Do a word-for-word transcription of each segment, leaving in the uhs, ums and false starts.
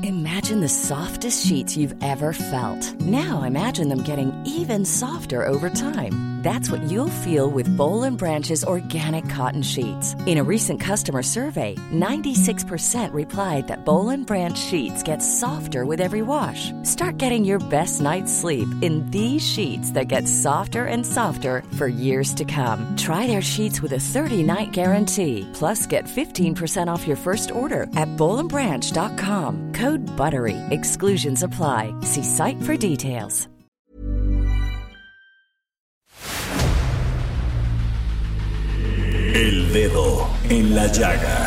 Imagine the softest sheets you've ever felt. Now imagine them getting even softer over time. That's what you'll feel with Boll and Branch's organic cotton sheets. In a recent customer survey, ninety-six percent replied that Boll and Branch sheets get softer with every wash. Start getting your best night's sleep in these sheets that get softer and softer for years to come. Try their sheets with a thirty-night guarantee. Plus, get fifteen percent off your first order at boll and branch dot com. Code BUTTERY. Exclusions apply. See site for details. El dedo en la llaga.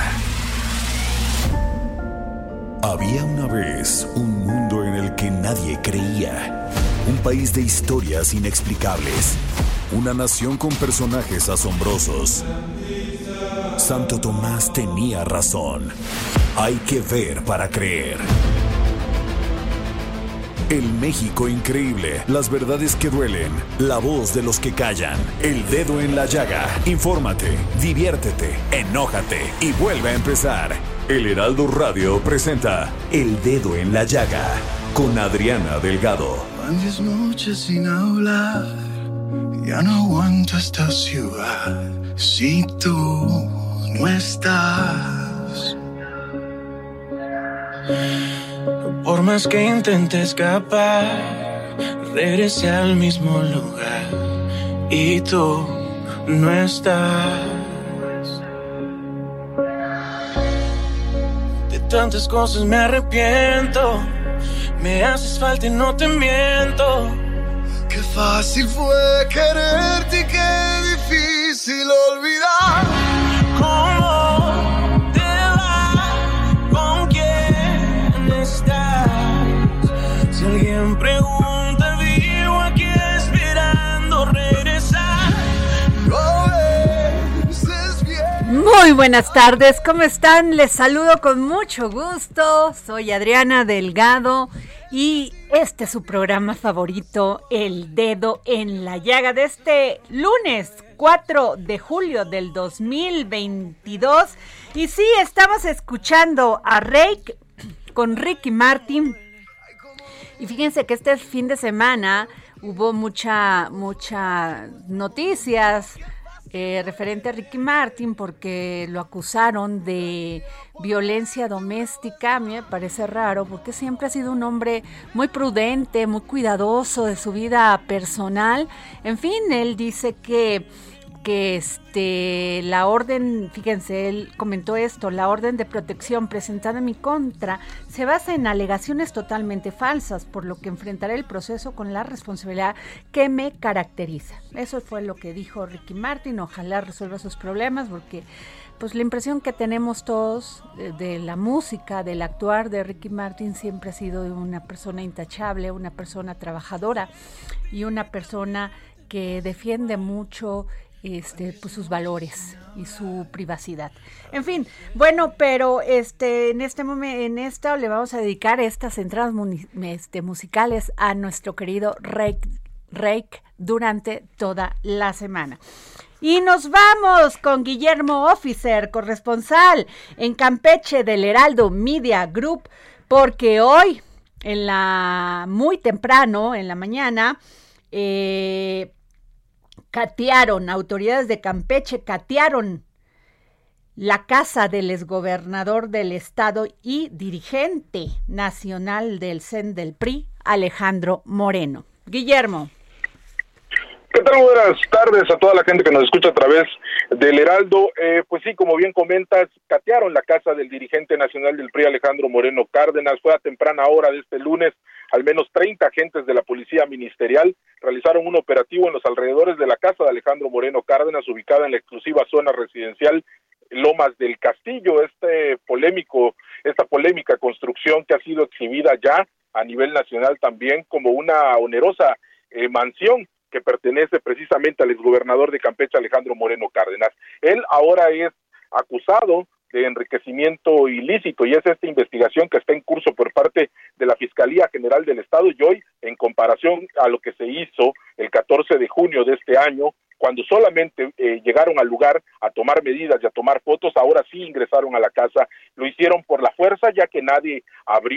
Había una vez un mundo en el que nadie creía. Un país de historias inexplicables. Una nación con personajes asombrosos. Santo Tomás tenía razón. Hay que ver para creer. El México increíble, las verdades que duelen, la voz de los que callan, el dedo en la llaga. Infórmate, diviértete, enójate y vuelve a empezar. El Heraldo Radio presenta El Dedo en la Llaga con Adriana Delgado. Van diez noches sin hablar, ya no aguanto esta ciudad si tú no estás. Por más que intente escapar, regresé al mismo lugar y tú no estás. De tantas cosas me arrepiento, me haces falta y no te miento. Qué fácil fue quererte y qué difícil olvidar. ¿Cómo te va? ¿Con quién estás? Si alguien pregunta, vivo aquí esperando regresar. No ves bien. Muy buenas tardes, ¿cómo están? Les saludo con mucho gusto. Soy Adriana Delgado y este es su programa favorito, El Dedo en la Llaga, de este lunes cuatro de julio del dos mil veintidós. Y sí, estamos escuchando a Rake con Ricky Martin. Y fíjense que este fin de semana hubo mucha, mucha noticias eh, referente a Ricky Martin porque lo acusaron de violencia doméstica. A mí me parece raro porque siempre ha sido un hombre muy prudente, muy cuidadoso de su vida personal. En fin, él dice que que este la orden, fíjense, él comentó esto, la orden de protección presentada en mi contra se basa en alegaciones totalmente falsas, por lo que enfrentaré el proceso con la responsabilidad que me caracteriza. Eso fue lo que dijo Ricky Martin. Ojalá resuelva sus problemas, porque pues la impresión que tenemos todos de, de la música, del actuar de Ricky Martin, siempre ha sido de una persona intachable, una persona trabajadora y una persona que defiende mucho Este, pues sus valores y su privacidad. En fin, bueno, pero este, en este momento, en esta le vamos a dedicar estas entradas muni, este, musicales a nuestro querido Rake, Rake durante toda la semana. Y nos vamos con Guillermo Officer, corresponsal en Campeche del Heraldo Media Group, porque hoy, en la muy temprano, en la mañana, eh, catearon, autoridades de Campeche catearon la casa del exgobernador del estado y dirigente nacional del C E N del P R I, Alejandro Moreno. Guillermo. ¿Qué tal? Buenas tardes a toda la gente que nos escucha a través del Heraldo. Eh, pues sí, como bien comentas, catearon la casa del dirigente nacional del P R I, Alejandro Moreno Cárdenas. Fue a temprana hora de este lunes. Al menos treinta agentes de la Policía Ministerial realizaron un operativo en los alrededores de la casa de Alejandro Moreno Cárdenas, ubicada en la exclusiva zona residencial Lomas del Castillo. Este polémico, esta polémica construcción que ha sido exhibida ya a nivel nacional también como una onerosa eh, mansión que pertenece precisamente al exgobernador de Campeche, Alejandro Moreno Cárdenas. Él ahora es acusado de enriquecimiento ilícito y es esta investigación que está en curso por parte de la Fiscalía General del Estado, y hoy, en comparación a lo que se hizo el catorce de junio de este año, cuando solamente eh, llegaron al lugar a tomar medidas y a tomar fotos, ahora sí ingresaron a la casa. Lo hicieron por la fuerza, ya que nadie abrió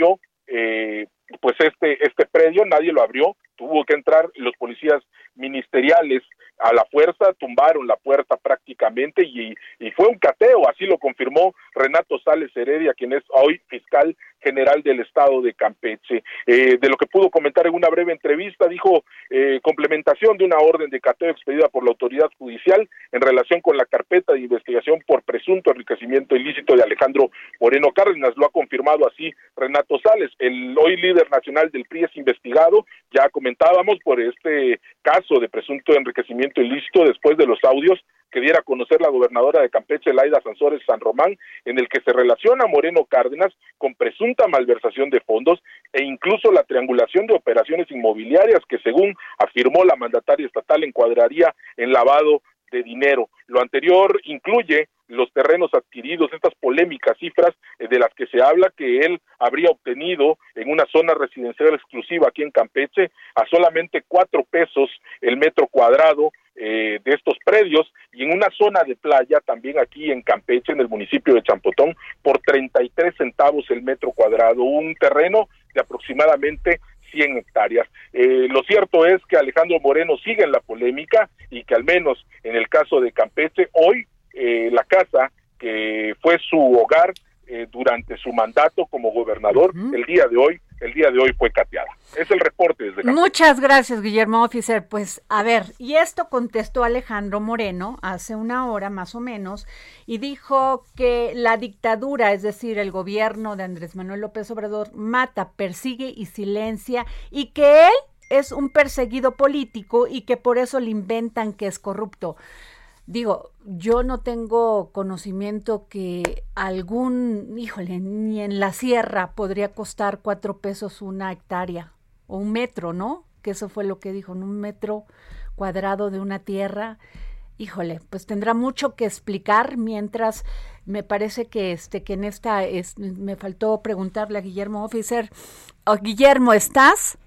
eh, pues este este predio, nadie lo abrió, tuvo que entrar los policías ministeriales a la fuerza, tumbaron la puerta prácticamente y, y fue un cateo, así lo confirmó Renato Sales Heredia, quien es hoy fiscal general del estado de Campeche. Eh, de lo que pudo comentar en una breve entrevista, dijo eh, complementación de una orden de cateo expedida por la autoridad judicial en relación con la carpeta de investigación por presunto enriquecimiento ilícito de Alejandro Moreno Cárdenas. Lo ha confirmado así Renato Sales, el hoy líder nacional del P R I es investigado, ya comentábamos, por este caso de presunto enriquecimiento ilícito después de los audios que diera a conocer la gobernadora de Campeche, Laida Sansores San Román, en el que se relaciona a Moreno Cárdenas con presunta malversación de fondos e incluso la triangulación de operaciones inmobiliarias que, según afirmó la mandataria estatal, encuadraría en lavado de dinero. Lo anterior incluye los terrenos adquiridos, estas polémicas cifras eh, de las que se habla que él habría obtenido en una zona residencial exclusiva aquí en Campeche a solamente cuatro pesos el metro cuadrado eh, de estos predios, y en una zona de playa también aquí en Campeche, en el municipio de Champotón, por treinta y tres centavos el metro cuadrado, un terreno de aproximadamente cien hectáreas. Eh, lo cierto es que Alejandro Moreno sigue en la polémica y que al menos en el caso de Campeche, hoy eh, la casa que fue su hogar eh, durante su mandato como gobernador, uh-huh. el día de hoy, el día de hoy fue cateada. Es el reporte desde Campeche. Muchas gracias, Guillermo Officer. Pues a ver, y esto contestó Alejandro Moreno hace una hora más o menos, y dijo que la dictadura, es decir, el gobierno de Andrés Manuel López Obrador, mata, persigue y silencia, y que él es un perseguido político y que por eso le inventan que es corrupto. Digo, yo no tengo conocimiento que algún, híjole, ni en la sierra podría costar cuatro pesos una hectárea o un metro, ¿no? Que eso fue lo que dijo, en un metro cuadrado de una tierra. Híjole, pues tendrá mucho que explicar, mientras me parece que este que en esta es, me faltó preguntarle a Guillermo Officer. Oh, Guillermo, ¿estás?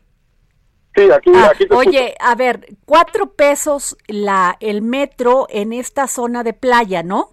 Sí, aquí, ah, aquí te Oye, escucho. A ver, cuatro pesos la el metro en esta zona de playa, ¿no?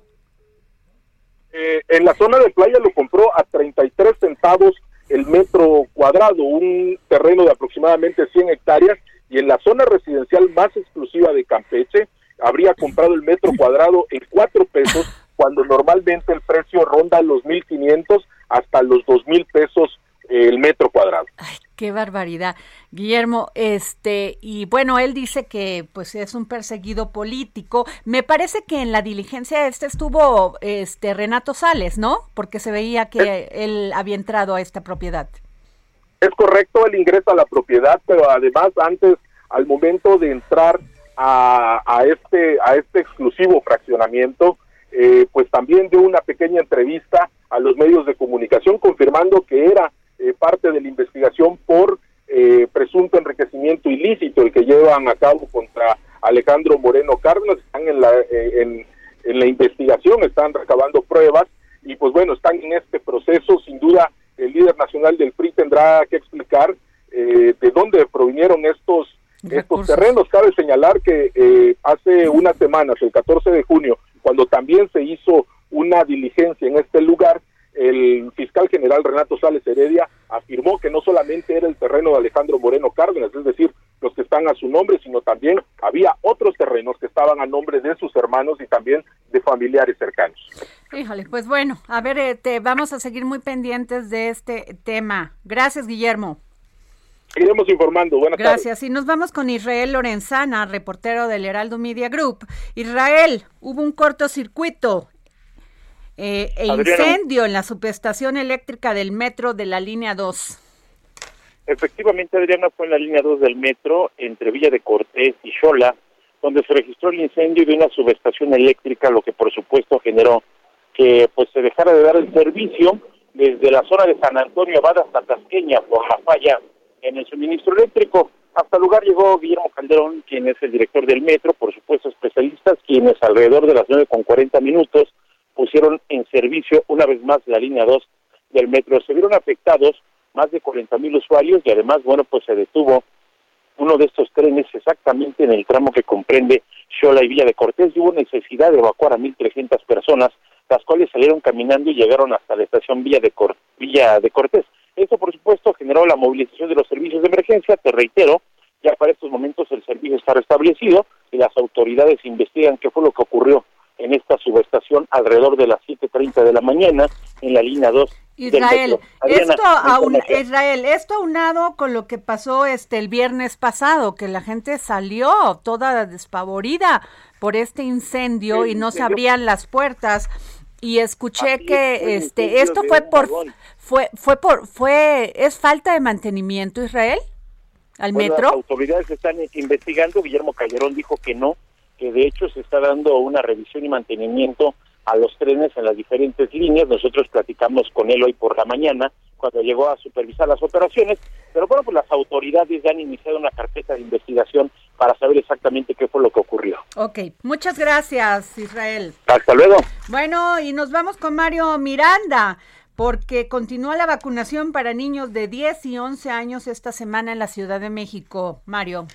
Eh, en la zona de playa lo compró a treinta y tres centavos el metro cuadrado, un terreno de aproximadamente cien hectáreas, y en la zona residencial más exclusiva de Campeche habría comprado el metro cuadrado en cuatro pesos, cuando normalmente el precio ronda los mil quinientos hasta los dos mil pesos el metro cuadrado. Ay, qué barbaridad, Guillermo. Este, y bueno, él dice que pues es un perseguido político. Me parece que en la diligencia este estuvo este Renato Sales, ¿no? Porque se veía que es, él había entrado a esta propiedad. Es correcto, él ingresa a la propiedad, pero además antes, al momento de entrar a, a este a este exclusivo fraccionamiento, eh, pues también dio una pequeña entrevista a los medios de comunicación confirmando que era Eh, parte de la investigación por eh, presunto enriquecimiento ilícito el que llevan a cabo contra Alejandro Moreno Cárdenas. Están en la eh, en, en la investigación, están recabando pruebas y pues bueno, están en este proceso. Sin duda el líder nacional del P R I tendrá que explicar eh, de dónde provinieron estos Recursos. estos terrenos. Cabe señalar que eh, hace unas semanas, el catorce de junio, cuando también se hizo una diligencia en este lugar, el fiscal general Renato Sales Heredia afirmó que no solamente era el terreno de Alejandro Moreno Cárdenas, es decir, los que están a su nombre, sino también había otros terrenos que estaban a nombre de sus hermanos y también de familiares cercanos. Híjole, pues bueno, a ver, eh, te vamos a seguir muy pendientes de este tema. Gracias, Guillermo. Seguiremos informando. Buenas Gracias. tardes. Y nos vamos con Israel Lorenzana, reportero del Heraldo Media Group. Israel, hubo un cortocircuito Eh, e incendio en la subestación eléctrica del metro de la línea dos. Efectivamente, Adriana, fue en la línea dos del metro, entre Villa de Cortés y Xola, donde se registró el incendio de una subestación eléctrica, lo que por supuesto generó que pues se dejara de dar el servicio desde la zona de San Antonio Abad hasta Tasqueña por la falla en el suministro eléctrico. Hasta el lugar llegó Guillermo Calderón, quien es el director del metro, por supuesto especialistas, quienes alrededor de las nueve con cuarenta minutos pusieron en servicio una vez más la línea dos del metro. Se vieron afectados más de cuarenta mil usuarios y además, bueno, pues se detuvo uno de estos trenes exactamente en el tramo que comprende Xola y Villa de Cortés, y hubo necesidad de evacuar a mil trescientas personas, las cuales salieron caminando y llegaron hasta la estación Villa de, Cor- Villa de Cortés. Esto, por supuesto, generó la movilización de los servicios de emergencia. Te reitero, ya para estos momentos el servicio está restablecido y las autoridades investigan qué fue lo que ocurrió en esta subestación alrededor de las siete treinta de la mañana en la línea dos. Israel, Adriana, esto aun, Israel, esto aunado con lo que pasó este el viernes pasado, que la gente salió toda despavorida por este incendio sí, y no se abrían las puertas, y escuché Aquí que este esto fue por fue fue por fue es falta de mantenimiento, Israel, al bueno, metro. Las autoridades están investigando. Guillermo Calderón dijo que no, que de hecho se está dando una revisión y mantenimiento a los trenes en las diferentes líneas. Nosotros platicamos con él hoy por la mañana, cuando llegó a supervisar las operaciones, pero bueno, pues las autoridades ya han iniciado una carpeta de investigación para saber exactamente qué fue lo que ocurrió. Ok, muchas gracias, Israel. Hasta luego. Bueno, y nos vamos con Mario Miranda, porque continúa la vacunación para niños de diez y once años esta semana en la Ciudad de México. Mario.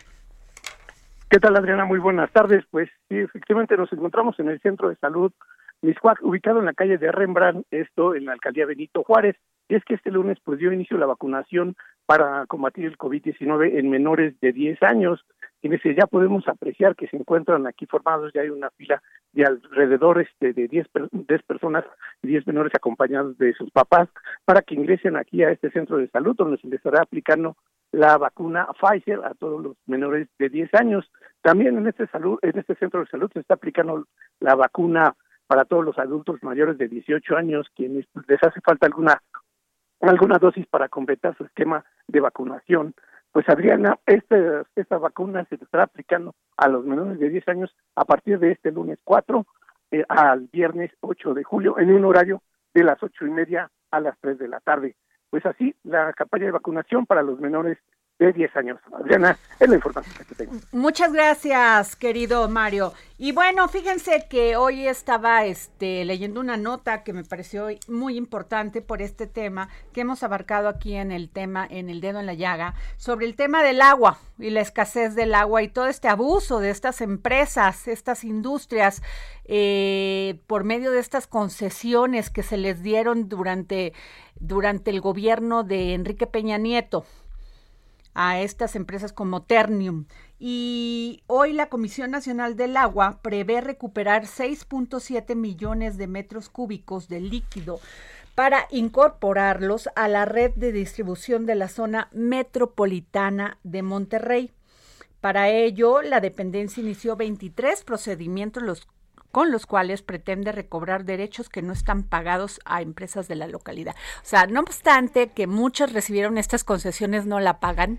¿Qué tal, Adriana? Muy buenas tardes. Pues sí, efectivamente nos encontramos en el Centro de Salud Mixcoac, ubicado en la calle de Rembrandt, esto en la alcaldía Benito Juárez. Y es que este lunes pues dio inicio la vacunación para combatir el covid diecinueve en menores de diez años, quienes ya podemos apreciar que se encuentran aquí formados. Ya hay una fila de alrededor este, de diez personas, diez menores acompañados de sus papás, para que ingresen aquí a este centro de salud, donde se les estará aplicando la vacuna Pfizer a todos los menores de diez años. También en este salud, en este centro de salud se está aplicando la vacuna para todos los adultos mayores de dieciocho años, quienes les hace falta alguna alguna dosis para completar su esquema de vacunación. Pues Adriana, este, esta vacuna se estará aplicando a los menores de diez años a partir de este lunes cuatro eh, al viernes ocho de julio, en un horario de las ocho y media a las tres de la tarde. Pues así, la campaña de vacunación para los menores de diez años. Adriana, es la información que tengo. Muchas gracias, querido Mario. Y bueno, fíjense que hoy estaba este, leyendo una nota que me pareció muy importante por este tema que hemos abarcado aquí en el tema, en el dedo en la llaga, sobre el tema del agua y la escasez del agua y todo este abuso de estas empresas, estas industrias, eh, por medio de estas concesiones que se les dieron durante, durante el gobierno de Enrique Peña Nieto a estas empresas como Ternium. Y hoy la Comisión Nacional del Agua prevé recuperar seis punto siete millones de metros cúbicos de líquido para incorporarlos a la red de distribución de la zona metropolitana de Monterrey. Para ello, la dependencia inició veintitrés procedimientos los con los cuales pretende recobrar derechos que no están pagados a empresas de la localidad. O sea, no obstante que muchos recibieron estas concesiones, no la pagan.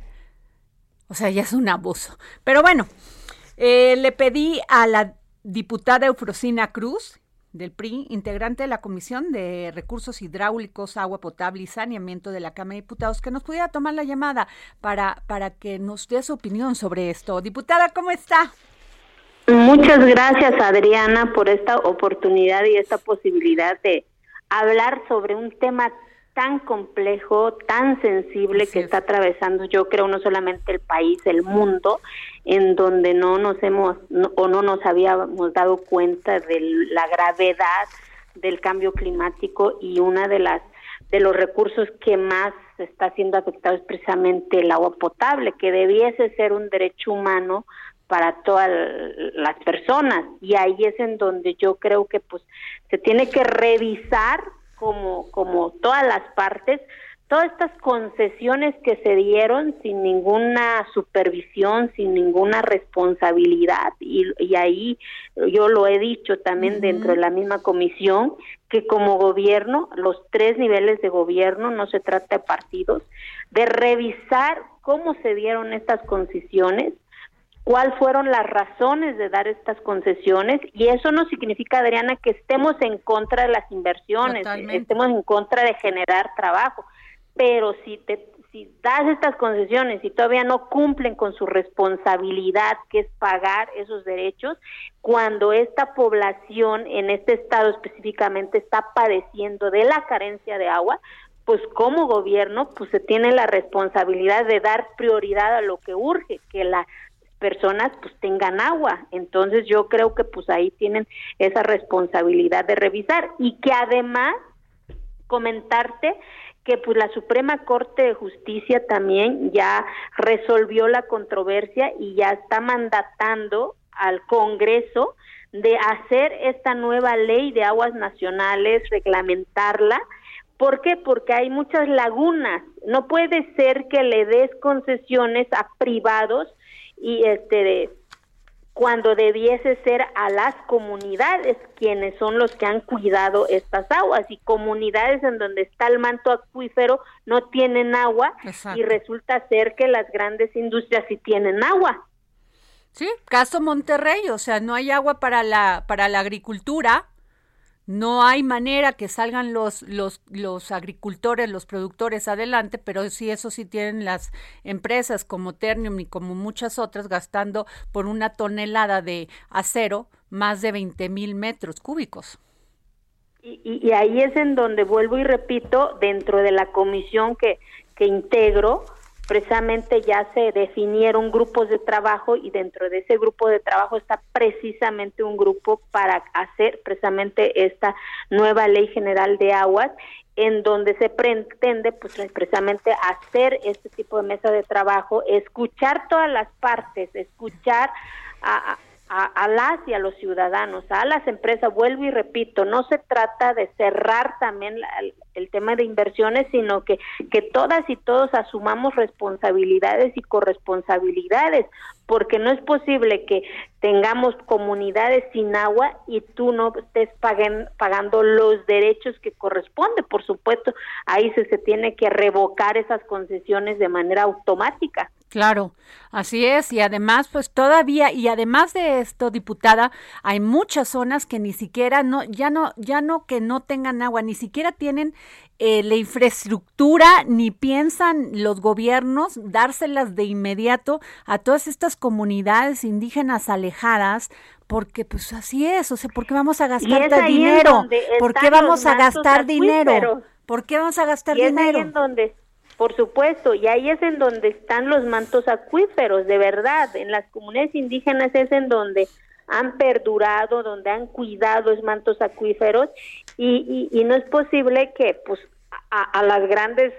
O sea, ya es un abuso. Pero bueno, eh, le pedí a la diputada Eufrosina Cruz, del P R I, integrante de la Comisión de Recursos Hidráulicos, Agua Potable y Saneamiento de la Cámara de Diputados, que nos pudiera tomar la llamada para, para que nos dé su opinión sobre esto. Diputada, ¿cómo está? Muchas gracias, Adriana, por esta oportunidad y esta posibilidad de hablar sobre un tema tan complejo, tan sensible que está atravesando, yo creo, no solamente el país, el mundo, en donde no nos hemos no, o no nos habíamos dado cuenta de la gravedad del cambio climático, y una de las de los recursos que más está siendo afectado es precisamente el agua potable, que debiese ser un derecho humano para todas las personas, y ahí es en donde yo creo que pues se tiene que revisar como como todas las partes, todas estas concesiones que se dieron sin ninguna supervisión, sin ninguna responsabilidad, y, y ahí yo lo he dicho también uh-huh. dentro de la misma comisión, que como gobierno, los tres niveles de gobierno, no se trata de partidos, de revisar cómo se dieron estas concesiones, cuáles fueron las razones de dar estas concesiones, y eso no significa, Adriana, que estemos en contra de las inversiones, Totalmente. estemos en contra de generar trabajo, pero si te si das estas concesiones y todavía no cumplen con su responsabilidad, que es pagar esos derechos, cuando esta población en este estado específicamente está padeciendo de la carencia de agua, pues como gobierno pues se tiene la responsabilidad de dar prioridad a lo que urge, que la personas pues tengan agua. Entonces yo creo que pues ahí tienen esa responsabilidad de revisar, y que además comentarte que pues la Suprema Corte de Justicia también ya resolvió la controversia y ya está mandatando al Congreso de hacer esta nueva ley de aguas nacionales, reglamentarla. ¿Por qué? Porque hay muchas lagunas. No puede ser que le des concesiones a privados y este de, cuando debiese ser a las comunidades quienes son los que han cuidado estas aguas, y comunidades en donde está el manto acuífero no tienen agua. Exacto. Y resulta ser que las grandes industrias sí tienen agua. Sí, caso Monterrey, o sea, no hay agua para la para la agricultura. No hay manera que salgan los los los agricultores, los productores adelante, pero sí, eso sí tienen las empresas como Ternium y como muchas otras gastando por una tonelada de acero más de veinte mil metros cúbicos. Y, y, y ahí es en donde vuelvo y repito, dentro de la comisión que, que integro, precisamente ya se definieron grupos de trabajo y dentro de ese grupo de trabajo está precisamente un grupo para hacer precisamente esta nueva ley general de aguas, en donde se pretende pues precisamente hacer este tipo de mesa de trabajo, escuchar todas las partes, escuchar a, a, a las y a los ciudadanos, a las empresas. Vuelvo y repito, no se trata de cerrar también la, el tema de inversiones, sino que, que todas y todos asumamos responsabilidades y corresponsabilidades, porque no es posible que tengamos comunidades sin agua y tú no estés paguen, pagando los derechos que corresponde. Por supuesto, ahí se, se tiene que revocar esas concesiones de manera automática. Claro, así es, y además pues todavía, y además de esto, diputada, hay muchas zonas que ni siquiera, no, ya no, ya no que no tengan agua, ni siquiera tienen eh, la infraestructura, ni piensan los gobiernos dárselas de inmediato a todas estas comunidades indígenas alejadas, porque pues así es, o sea, ¿por qué vamos a gastar dinero? ¿Por qué vamos a gastar dinero? ¿Por qué vamos a gastar dinero? Y es ahí en donde... Por supuesto, y ahí es en donde están los mantos acuíferos, de verdad, en las comunidades indígenas es en donde han perdurado, donde han cuidado los mantos acuíferos, y, y, y no es posible que pues a, a las grandes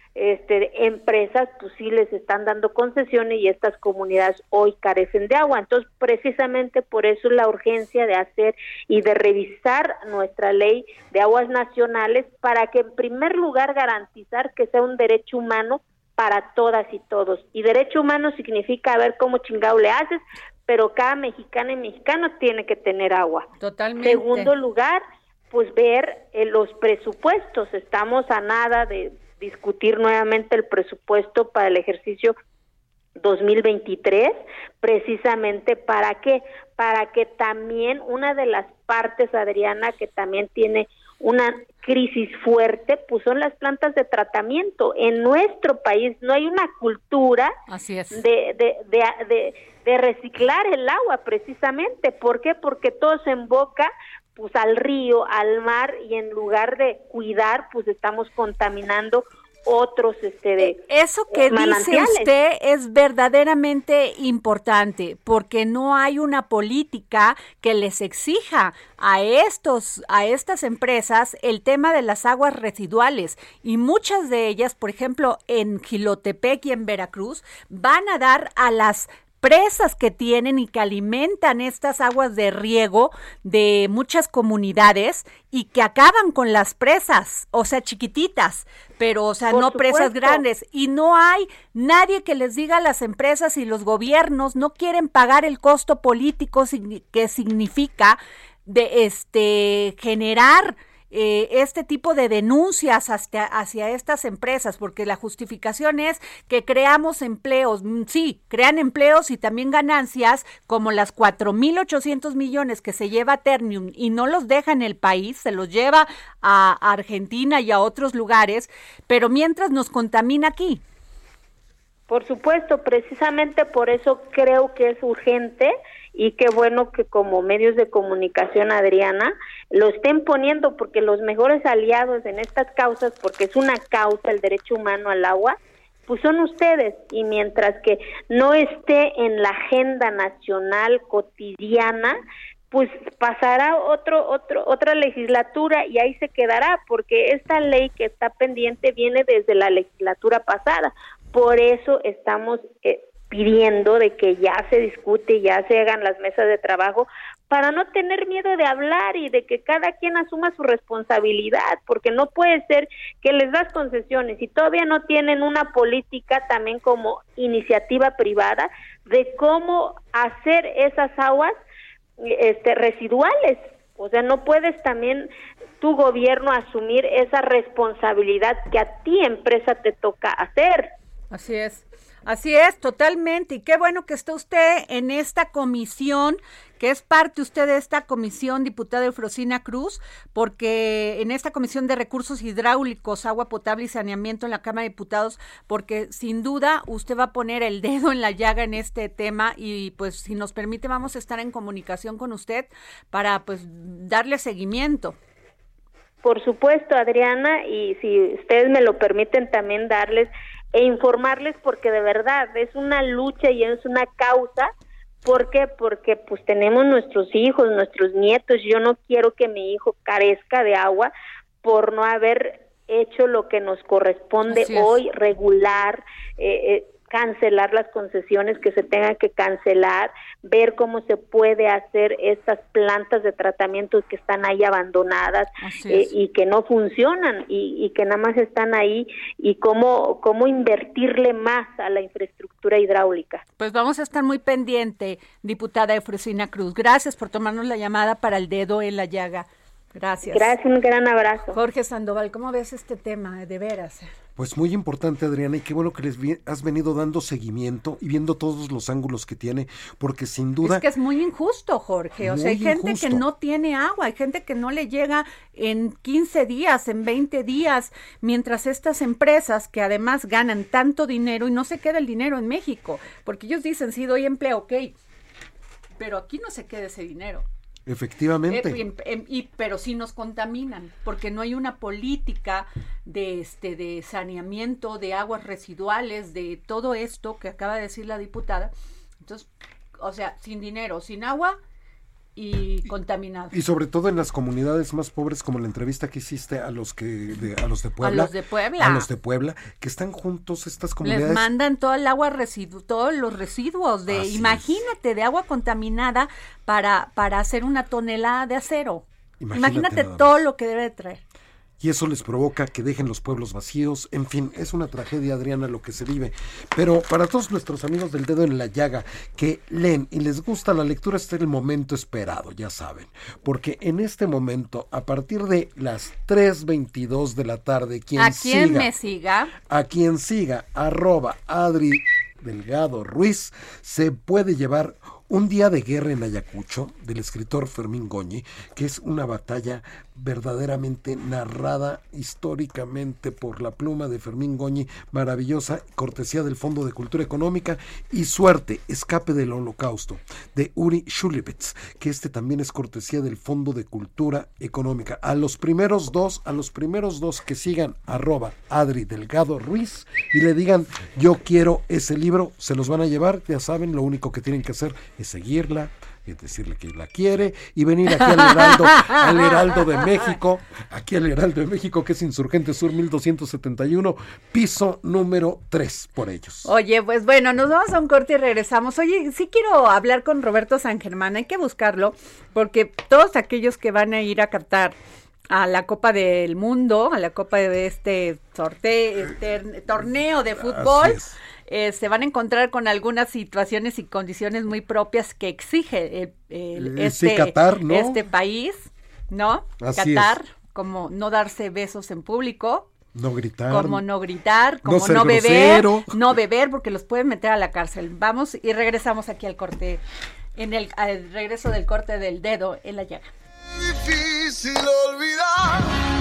este, empresas pues sí les están dando concesiones y estas comunidades hoy carecen de agua. Entonces, precisamente por eso es la urgencia de hacer y de revisar nuestra ley de aguas nacionales para que en primer lugar garantizar que sea un derecho humano para todas y todos. Y derecho humano significa a ver cómo chingado le haces, pero cada mexicana y mexicano tiene que tener agua. Totalmente. Segundo lugar, pues ver eh, los presupuestos. Estamos a nada de discutir nuevamente el presupuesto para el ejercicio dos mil veintitrés, precisamente para qué, para que también una de las partes, Adriana, que también tiene una crisis fuerte, pues son las plantas de tratamiento. En nuestro país no hay una cultura Así es. de, de, de, de, de reciclar el agua, precisamente. ¿Por qué? Porque todo se emboca pues al río, al mar, y en lugar de cuidar, pues estamos contaminando otros este de eso que dice usted es verdaderamente importante, porque no hay una política que les exija a estos a estas empresas el tema de las aguas residuales, y muchas de ellas, por ejemplo, en Jilotepec y en Veracruz, van a dar a las presas que tienen y que alimentan estas aguas de riego de muchas comunidades y que acaban con las presas, o sea, chiquititas, pero, o sea, Por no supuesto. presas grandes, y no hay nadie que les diga a las empresas, y los gobiernos no quieren pagar el costo político que significa de este generar Eh, este tipo de denuncias hacia, hacia estas empresas, porque la justificación es que creamos empleos. Sí, crean empleos y también ganancias, como las cuatro mil ochocientos millones que se lleva Ternium y no los deja en el país, se los lleva a Argentina y a otros lugares, pero mientras nos contamina aquí. Por supuesto, precisamente por eso creo que es urgente, y qué bueno que como medios de comunicación, Adriana, lo estén poniendo, porque los mejores aliados en estas causas, porque es una causa el derecho humano al agua, pues son ustedes, y mientras que no esté en la agenda nacional cotidiana, pues pasará otro, otro, otra legislatura y ahí se quedará, porque esta ley que está pendiente viene desde la legislatura pasada. Por eso estamos eh, pidiendo de que ya se discute, ya se hagan las mesas de trabajo, para no tener miedo de hablar y de que cada quien asuma su responsabilidad, porque no puede ser que les das concesiones y todavía no tienen una política también como iniciativa privada de cómo hacer esas aguas este residuales. O sea, no puedes también tu gobierno asumir esa responsabilidad que a ti, empresa, te toca hacer. Así es. Así es, totalmente. Y qué bueno que está usted en esta comisión, que es parte usted de esta comisión, diputada Eufrosina Cruz, porque en esta comisión de recursos hidráulicos, agua potable y saneamiento en la Cámara de Diputados, porque sin duda usted va a poner el dedo en la llaga en este tema y pues si nos permite vamos a estar en comunicación con usted para pues darle seguimiento. Por supuesto, Adriana, y si ustedes me lo permiten también darles e informarles, porque de verdad es una lucha y es una causa. ¿Por qué? Porque pues tenemos nuestros hijos, nuestros nietos. Yo no quiero que mi hijo carezca de agua por no haber hecho lo que nos corresponde hoy, regular, eh, eh, cancelar las concesiones que se tengan que cancelar, ver cómo se puede hacer estas plantas de tratamiento que están ahí abandonadas eh, y que no funcionan y, y que nada más están ahí, y cómo, cómo invertirle más a la infraestructura hidráulica. Pues vamos a estar muy pendiente, diputada Eufrosina Cruz. Gracias por tomarnos la llamada para el dedo en la llaga. Gracias. Gracias, un gran abrazo. Jorge Sandoval, ¿cómo ves este tema, de veras? Pues muy importante, Adriana, y qué bueno que les vi, has venido dando seguimiento y viendo todos los ángulos que tiene, porque sin duda... Es que es muy injusto, Jorge, o sea, hay gente injusto. que no tiene agua, hay gente que no le llega en quince días, en veinte días, mientras estas empresas que además ganan tanto dinero y no se queda el dinero en México, porque ellos dicen, sí, doy empleo, ok, pero aquí no se queda ese dinero. Efectivamente. Eh, eh, y, pero sí nos contaminan, porque no hay una política de este de saneamiento, de aguas residuales, de todo esto que acaba de decir la diputada. Entonces, o sea, sin dinero, sin agua y contaminado. Y sobre todo en las comunidades más pobres, como la entrevista que hiciste a los que de, a los de Puebla. A los de Puebla. A los de Puebla, que están juntos estas comunidades. Les mandan todo el agua residu, todos los residuos de, Así imagínate, es. de agua contaminada para, para hacer una tonelada de acero. Imagínate, imagínate todo lo que debe de traer. Y eso les provoca que dejen los pueblos vacíos. En fin, es una tragedia, Adriana, lo que se vive. Pero para todos nuestros amigos del dedo en la llaga que leen y les gusta la lectura, este es el momento esperado, ya saben. Porque en este momento, a partir de las tres veintidós de la tarde, quien ¿A quién siga, me siga? A quien siga, arroba Adri Delgado Ruiz, se puede llevar Un día de guerra en Ayacucho, del escritor Fermín Goñi, que es una batalla verdaderamente narrada históricamente por la pluma de Fermín Goñi, maravillosa, cortesía del Fondo de Cultura Económica, y Suerte, Escape del Holocausto, de Uri Shulevitz, que este también es cortesía del Fondo de Cultura Económica. A los primeros dos, a los primeros dos que sigan arroba Adri Delgado Ruiz y le digan yo quiero ese libro, se los van a llevar, ya saben, lo único que tienen que hacer es seguirla, es decirle que la quiere y venir aquí al Heraldo, al Heraldo de México, aquí al Heraldo de México, que es Insurgente Sur mil doscientos setenta y uno, piso número tres, por ellos. Oye, pues bueno, nos vamos a un corte y regresamos. Oye, sí quiero hablar con Roberto San Germán, hay que buscarlo, porque todos aquellos que van a ir a Qatar a la Copa del Mundo, a la Copa de este sorteo, este torneo de fútbol, Eh, se van a encontrar con algunas situaciones y condiciones muy propias que exige el, el, este, sí, Qatar, ¿no? este país, ¿no? Así Qatar, es. Como no darse besos en público, no gritar, como no gritar, como no, no beber, grosero. no beber porque los pueden meter a la cárcel. Vamos y regresamos aquí al corte, en el al regreso del corte del dedo en la llaga. Difícil olvidar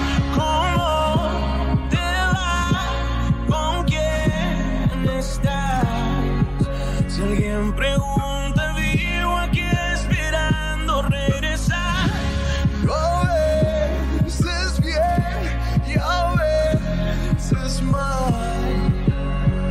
cómo te va, con quién estás. Si alguien pregunta, vivo aquí esperando regresar. Lo veces bien y a veces mal.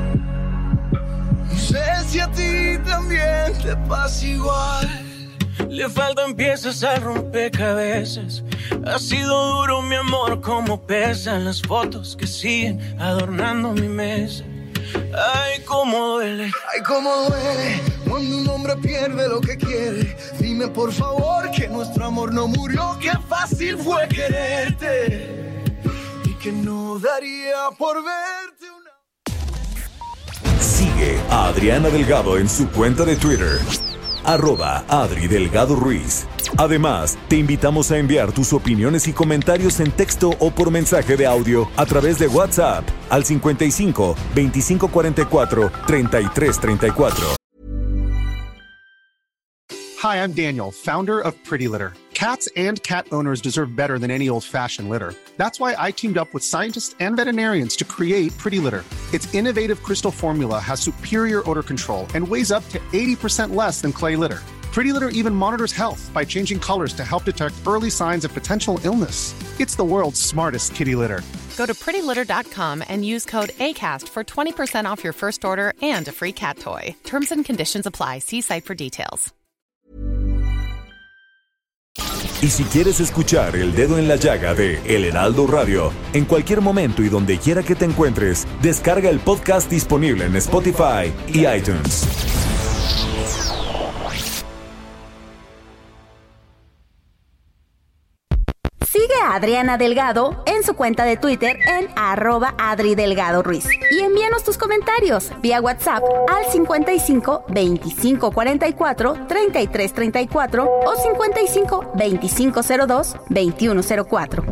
No sé si a ti también te pasa igual. Le faltan piezas al rompecabezas. Ha sido duro mi amor, como pesan las fotos que siguen adornando mi mesa. Ay, cómo duele. Ay, cómo duele cuando un hombre pierde lo que quiere. Dime por favor que nuestro amor no murió. Qué fácil fue quererte y que no daría por verte una... Sigue a Adriana Delgado en su cuenta de Twitter, arroba Adri Delgado Ruiz. Además, te invitamos a enviar tus opiniones y comentarios en texto o por mensaje de audio a través de WhatsApp al cincuenta y cinco, veinticinco cuarenta y cuatro, treinta y tres treinta y cuatro. Hi, I'm Daniel, founder of Pretty Litter. Cats and cat owners deserve better than any old-fashioned litter. That's why I teamed up with scientists and veterinarians to create Pretty Litter. Its innovative crystal formula has superior odor control and weighs up to eighty percent less than clay litter. Pretty Litter even monitors health by changing colors to help detect early signs of potential illness. It's the world's smartest kitty litter. Go to pretty litter dot com and use code ACAST for twenty percent off your first order and a free cat toy. Terms and conditions apply. See site for details. Y si quieres escuchar El Dedo en la Llaga de El Heraldo Radio, en cualquier momento y donde quiera que te encuentres, descarga el podcast disponible en Spotify y iTunes. Sigue a Adriana Delgado en su cuenta de Twitter en arroba Adri Delgado Ruiz. Y envíanos tus comentarios vía WhatsApp al cincuenta y cinco, veinticinco cuarenta y cuatro, treinta y tres treinta y cuatro o cincuenta y cinco, veinticinco cero dos, veintiuno cero cuatro.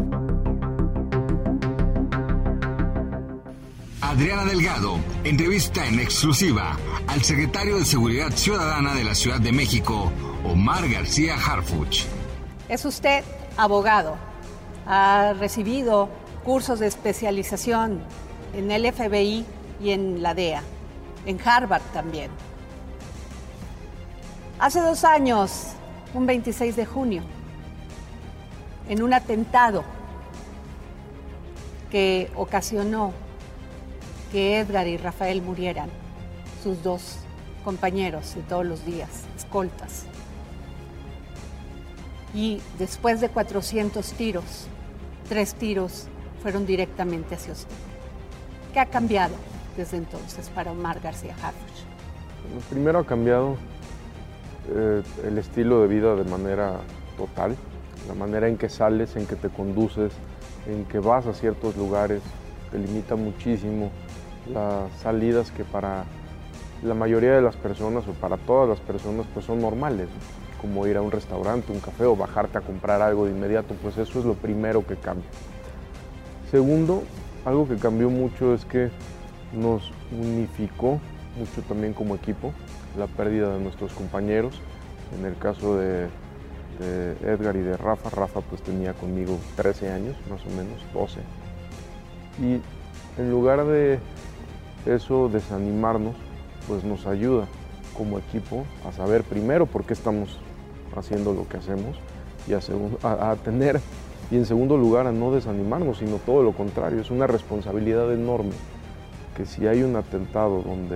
Adriana Delgado entrevista en exclusiva al secretario de Seguridad Ciudadana de la Ciudad de México, Omar García Harfuch. ¿Es usted abogado? ¿Ha recibido cursos de especialización en el F B I y en la D E A, en Harvard también? Hace dos años, un veintiséis de junio, en un atentado que ocasionó que Edgar y Rafael murieran, sus dos compañeros de todos los días, escoltas. Y después de cuatrocientos tiros, tres tiros fueron directamente hacia usted. ¿Qué ha cambiado desde entonces para Omar García Harfuch? Bueno, primero ha cambiado eh, el estilo de vida de manera total, la manera en que sales, en que te conduces, en que vas a ciertos lugares, te limita muchísimo las salidas que para la mayoría de las personas o para todas las personas pues son normales, ¿no? Como ir a un restaurante, un café o bajarte a comprar algo de inmediato, pues eso es lo primero que cambia. Segundo, algo que cambió mucho es que nos unificó mucho también como equipo la pérdida de nuestros compañeros. En el caso de, de Edgar y de Rafa, Rafa pues tenía conmigo trece años, más o menos, doce. Y en lugar de eso desanimarnos, pues nos ayuda como equipo a saber primero por qué estamos haciendo lo que hacemos y a, segundo, a, a tener, y en segundo lugar a no desanimarnos, sino todo lo contrario. Es una responsabilidad enorme que si hay un atentado donde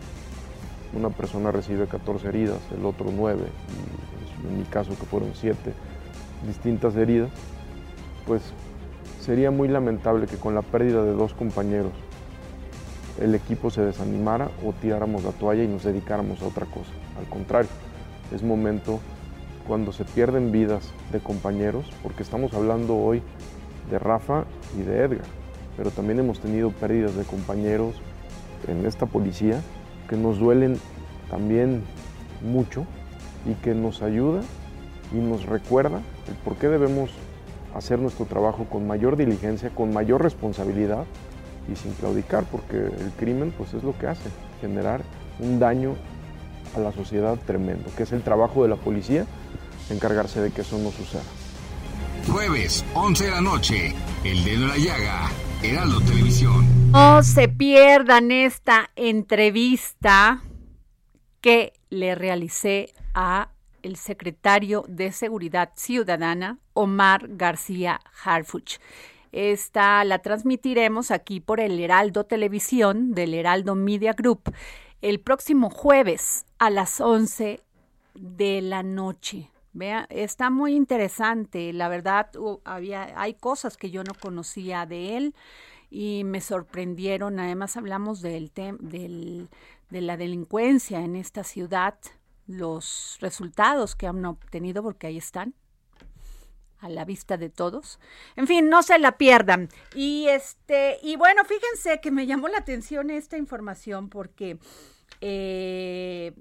una persona recibe catorce heridas, el otro nueve, y en mi caso que fueron siete distintas heridas, pues sería muy lamentable que con la pérdida de dos compañeros el equipo se desanimara o tiráramos la toalla y nos dedicáramos a otra cosa. Al contrario, es momento cuando se pierden vidas de compañeros, porque estamos hablando hoy de Rafa y de Edgar, pero también hemos tenido pérdidas de compañeros en esta policía que nos duelen también mucho y que nos ayuda y nos recuerda el por qué debemos hacer nuestro trabajo con mayor diligencia, con mayor responsabilidad y sin claudicar, porque el crimen pues es lo que hace, generar un daño a la sociedad tremendo, que es el trabajo de la policía, encargarse de que eso no suceda. Jueves, once de la noche, El Dedo en la Llaga, Heraldo Televisión. No se pierdan esta entrevista que le realicé a el secretario de Seguridad Ciudadana, Omar García Harfuch. Esta la transmitiremos aquí por el Heraldo Televisión del Heraldo Media Group el próximo jueves a las once de la noche. Vea, está muy interesante. La verdad, uh, había, hay cosas que yo no conocía de él y me sorprendieron. Además, hablamos del, tem del de la delincuencia en esta ciudad, los resultados que han obtenido, porque ahí están, a la vista de todos. En fin, no se la pierdan. Y este, y bueno, fíjense que me llamó la atención esta información porque eh,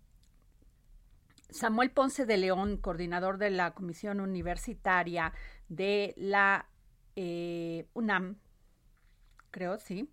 Samuel Ponce de León, coordinador de la Comisión Universitaria de la eh, UNAM, creo, sí,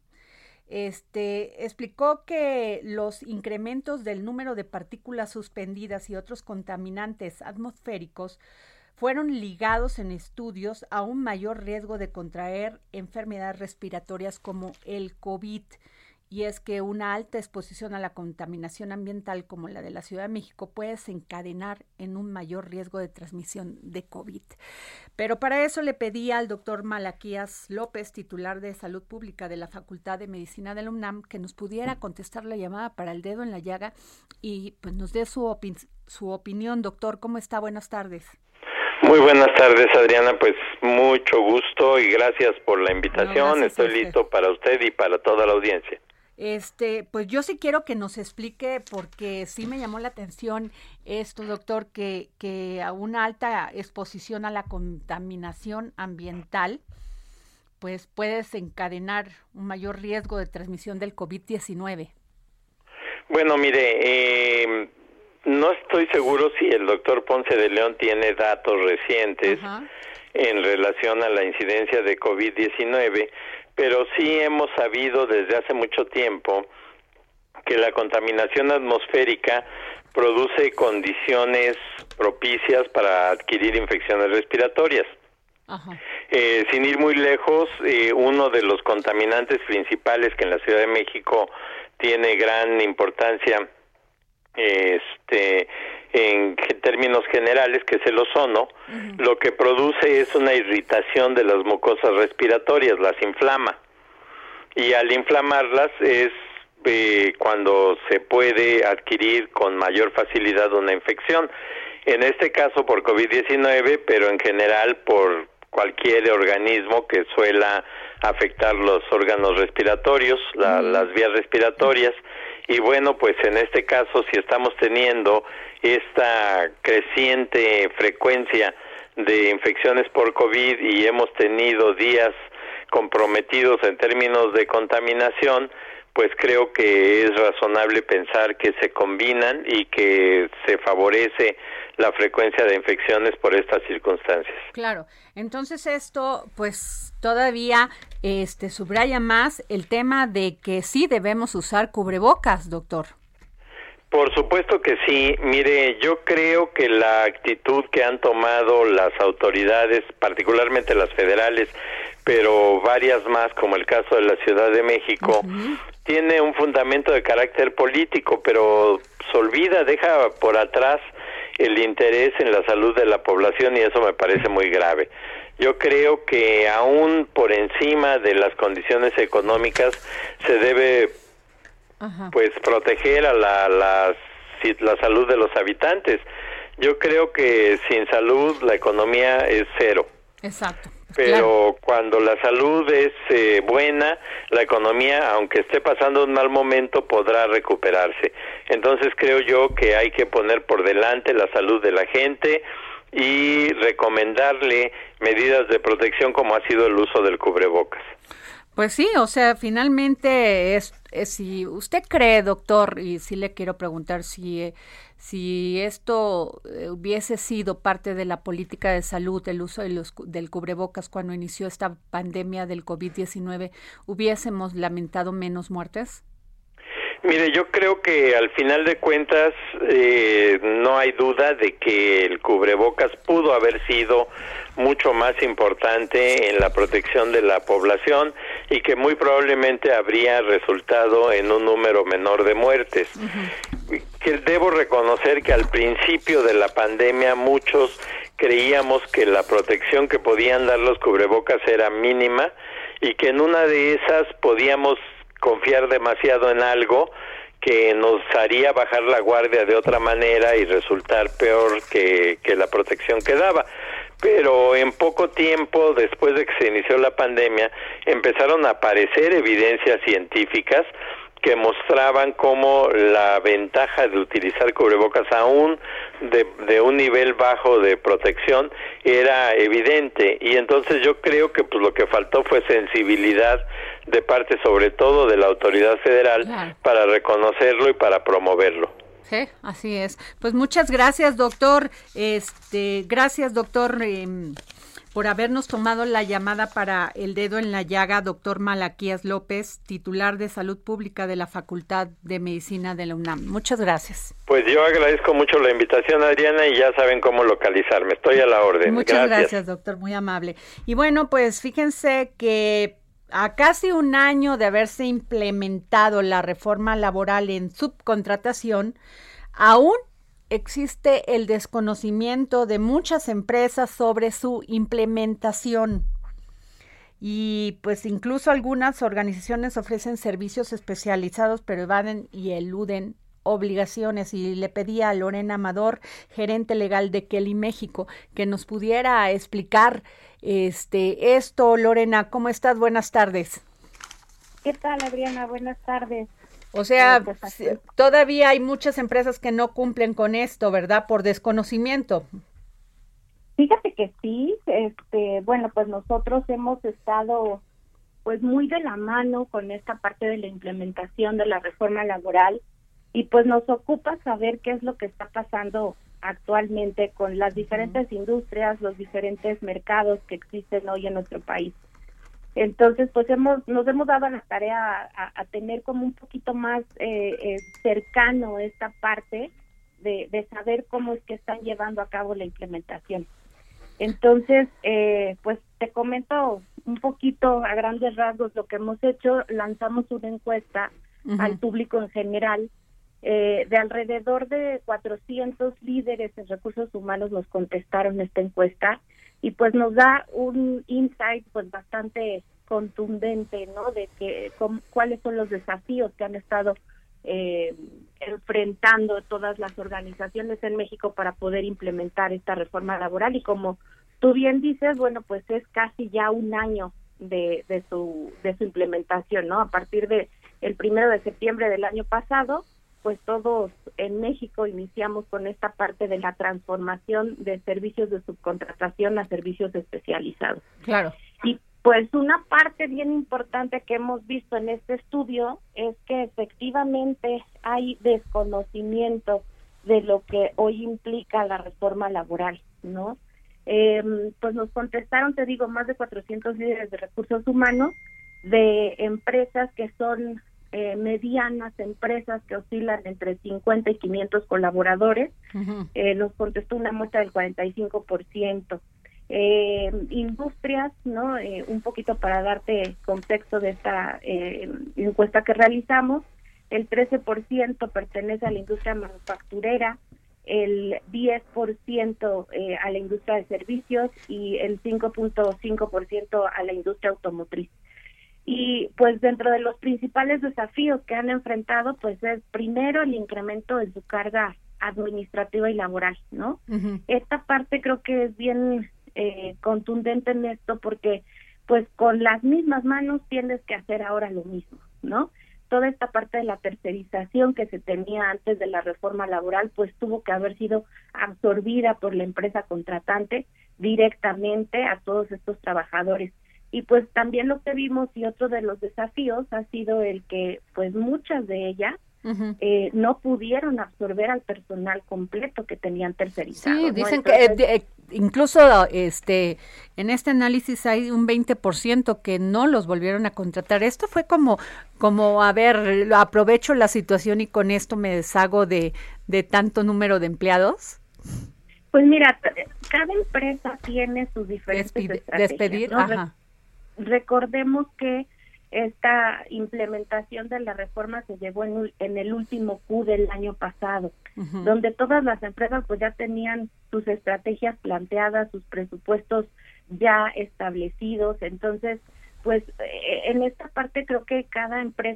Este, explicó que los incrementos del número de partículas suspendidas y otros contaminantes atmosféricos fueron ligados en estudios a un mayor riesgo de contraer enfermedades respiratorias como el COVID. Y es que una alta exposición a la contaminación ambiental como la de la Ciudad de México puede desencadenar en un mayor riesgo de transmisión de COVID. Pero para eso le pedí al doctor Malaquías López, titular de Salud Pública de la Facultad de Medicina de la UNAM, que nos pudiera contestar la llamada para el dedo en la llaga y pues nos dé su, opi su opinión. Doctor, ¿cómo está? Buenas tardes. Muy buenas tardes, Adriana, pues mucho gusto y gracias por la invitación. No, Estoy listo para usted y para toda la audiencia. Este, pues yo sí quiero que nos explique, porque sí me llamó la atención esto, doctor, que, que a una alta exposición a la contaminación ambiental, pues puede desencadenar un mayor riesgo de transmisión del COVID diecinueve. Bueno, mire, eh, no estoy seguro si el doctor Ponce de León tiene datos recientes Ajá. en relación a la incidencia de COVID diecinueve, pero sí hemos sabido desde hace mucho tiempo que la contaminación atmosférica produce condiciones propicias para adquirir infecciones respiratorias. Ajá. Eh, sin ir muy lejos, eh, uno de los contaminantes principales que en la Ciudad de México tiene gran importancia este en términos generales, que es el ozono, uh-huh. lo que produce es una irritación de las mucosas respiratorias, las inflama. Y al inflamarlas es eh, cuando se puede adquirir con mayor facilidad una infección. En este caso por COVID diecinueve, pero en general por cualquier organismo que suela afectar los órganos respiratorios, la, uh-huh. las vías respiratorias. Y bueno, pues en este caso, si estamos teniendo esta creciente frecuencia de infecciones por COVID y hemos tenido días comprometidos en términos de contaminación, pues creo que es razonable pensar que se combinan y que se favorece la frecuencia de infecciones por estas circunstancias. Claro, entonces esto pues todavía este subraya más el tema de que sí debemos usar cubrebocas, doctor. Por supuesto que sí. Mire, yo creo que la actitud que han tomado las autoridades, particularmente las federales, pero varias más, como el caso de la Ciudad de México, uh-huh. tiene un fundamento de carácter político, pero se olvida, deja por atrás el interés en la salud de la población, y eso me parece muy grave. Yo creo que aún por encima de las condiciones económicas se debe Ajá. pues proteger a la, la, la salud de los habitantes. Yo creo que sin salud la economía es cero. Exacto. Pero claro. cuando la salud es eh, buena, la economía, aunque esté pasando un mal momento, podrá recuperarse. Entonces creo yo que hay que poner por delante la salud de la gente y recomendarle medidas de protección como ha sido el uso del cubrebocas. Pues sí, o sea, finalmente es, es si usted cree, doctor, y sí le quiero preguntar si eh, si esto eh, hubiese sido parte de la política de salud, el uso de los, del cubrebocas cuando inició esta pandemia del COVID diecinueve, ¿hubiésemos lamentado menos muertes? Mire, yo creo que al final de cuentas eh, no hay duda de que el cubrebocas pudo haber sido mucho más importante en la protección de la población y que muy probablemente habría resultado en un número menor de muertes. Uh-huh. Que debo reconocer que al principio de la pandemia muchos creíamos que la protección que podían dar los cubrebocas era mínima y que en una de esas podíamos confiar demasiado en algo que nos haría bajar la guardia de otra manera y resultar peor que, que la protección que daba. Pero en poco tiempo, después de que se inició la pandemia, empezaron a aparecer evidencias científicas que mostraban cómo la ventaja de utilizar cubrebocas aún de, de un nivel bajo de protección era evidente, y entonces yo creo que pues lo que faltó fue sensibilidad de parte sobre todo de la autoridad federal, claro, para reconocerlo y para promoverlo. Sí, así es. Pues muchas gracias, doctor. Este, gracias, doctor, eh, por habernos tomado la llamada para El Dedo en la Llaga, doctor Malaquías López, titular de Salud Pública de la Facultad de Medicina de la UNAM. Muchas gracias. Pues yo agradezco mucho la invitación, Adriana, y ya saben cómo localizarme. Estoy a la orden. Muchas gracias, gracias doctor, muy amable. Y bueno, pues fíjense que a casi un año de haberse implementado la reforma laboral en subcontratación, aún existe el desconocimiento de muchas empresas sobre su implementación. Y pues incluso algunas organizaciones ofrecen servicios especializados, pero evaden y eluden obligaciones. Y le pedí a Lorena Amador, gerente legal de Kelly México, que nos pudiera explicar este esto. Lorena, ¿cómo estás? Buenas tardes. ¿Qué tal, Adriana? Buenas tardes. O sea, eh, pues, todavía hay muchas empresas que no cumplen con esto, ¿verdad? Por desconocimiento. Fíjate que sí, este, bueno, pues nosotros hemos estado pues muy de la mano con esta parte de la implementación de la reforma laboral, y pues nos ocupa saber qué es lo que está pasando actualmente con las diferentes uh-huh. industrias, los diferentes mercados que existen hoy en nuestro país. Entonces, pues hemos nos hemos dado la tarea a, a tener como un poquito más eh, eh, cercano esta parte de, de saber cómo es que están llevando a cabo la implementación. Entonces, eh, pues te comento un poquito a grandes rasgos lo que hemos hecho. Lanzamos una encuesta uh-huh. al público en general. Eh, de alrededor de cuatrocientos líderes en recursos humanos nos contestaron esta encuesta, y pues nos da un insight pues bastante contundente, ¿no? De que con, cuáles son los desafíos que han estado eh, enfrentando todas las organizaciones en México para poder implementar esta reforma laboral. Y como tú bien dices, bueno, pues es casi ya un año de, de su de su implementación, ¿no? A partir de el primero de septiembre del año pasado, pues todos en México iniciamos con esta parte de la transformación de servicios de subcontratación a servicios especializados. Claro. Y pues una parte bien importante que hemos visto en este estudio es que efectivamente hay desconocimiento de lo que hoy implica la reforma laboral, ¿no? Eh, pues nos contestaron, te digo, más de cuatrocientos líderes de recursos humanos de empresas que son Eh, medianas, empresas que oscilan entre cincuenta y quinientos colaboradores. Uh-huh. Eh, nos contestó una muestra del cuarenta y cinco por ciento. Eh, industrias, ¿no? Eh, un poquito para darte contexto de esta eh, encuesta que realizamos, el trece por ciento pertenece a la industria manufacturera, el diez por ciento eh, a la industria de servicios y el cinco punto cinco por ciento a la industria automotriz. Y pues dentro de los principales desafíos que han enfrentado, pues es primero el incremento en su carga administrativa y laboral, ¿no? Uh-huh. Esta parte creo que es bien eh, contundente en esto, porque pues con las mismas manos tienes que hacer ahora lo mismo, ¿no? Toda esta parte de la tercerización que se tenía antes de la reforma laboral, pues tuvo que haber sido absorbida por la empresa contratante directamente a todos estos trabajadores. Y pues también lo que vimos, y otro de los desafíos ha sido el que pues muchas de ellas uh-huh. eh, no pudieron absorber al personal completo que tenían tercerizado. Sí, ¿no? dicen Entonces, que eh, incluso este en este análisis hay un veinte por ciento que no los volvieron a contratar. Esto fue como, como a ver, aprovecho la situación y con esto me deshago de, de tanto número de empleados. Pues mira, cada empresa tiene sus diferentes Despide, estrategias. Despedir, ¿no? ajá. Recordemos que esta implementación de la reforma se llevó en, en el último Q del año pasado, uh-huh. donde todas las empresas pues ya tenían sus estrategias planteadas, sus presupuestos ya establecidos. Entonces, pues eh, en esta parte creo que cada empresa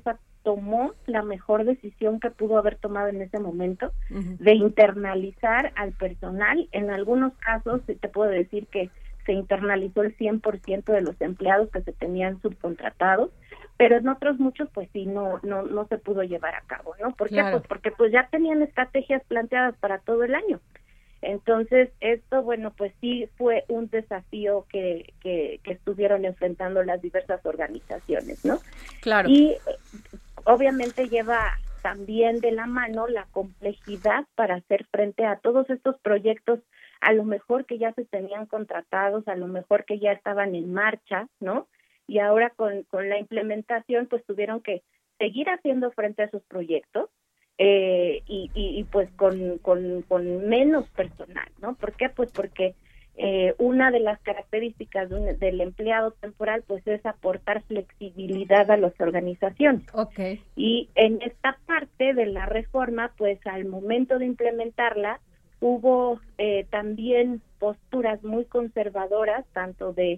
tomó la mejor decisión que pudo haber tomado en ese momento, uh-huh. de internalizar al personal. En algunos casos te puedo decir que se internalizó el cien por ciento de los empleados que se tenían subcontratados, pero en otros muchos pues sí no no no se pudo llevar a cabo, ¿no? ¿Por qué? Claro. Pues porque pues ya tenían estrategias planteadas para todo el año. Entonces, esto, bueno, pues sí fue un desafío que, que, que estuvieron enfrentando las diversas organizaciones, ¿no? Claro. Y obviamente lleva también de la mano la complejidad para hacer frente a todos estos proyectos, a lo mejor que ya se tenían contratados, a lo mejor que ya estaban en marcha, ¿no? Y ahora con, con la implementación, pues tuvieron que seguir haciendo frente a esos proyectos, Eh, y, y, y pues con, con, con menos personal, ¿no? ¿Por qué? Pues porque eh, una de las características de un, del empleado temporal pues es aportar flexibilidad a las organizaciones. Okay. Y en esta parte de la reforma, pues al momento de implementarla, hubo eh, también posturas muy conservadoras, tanto de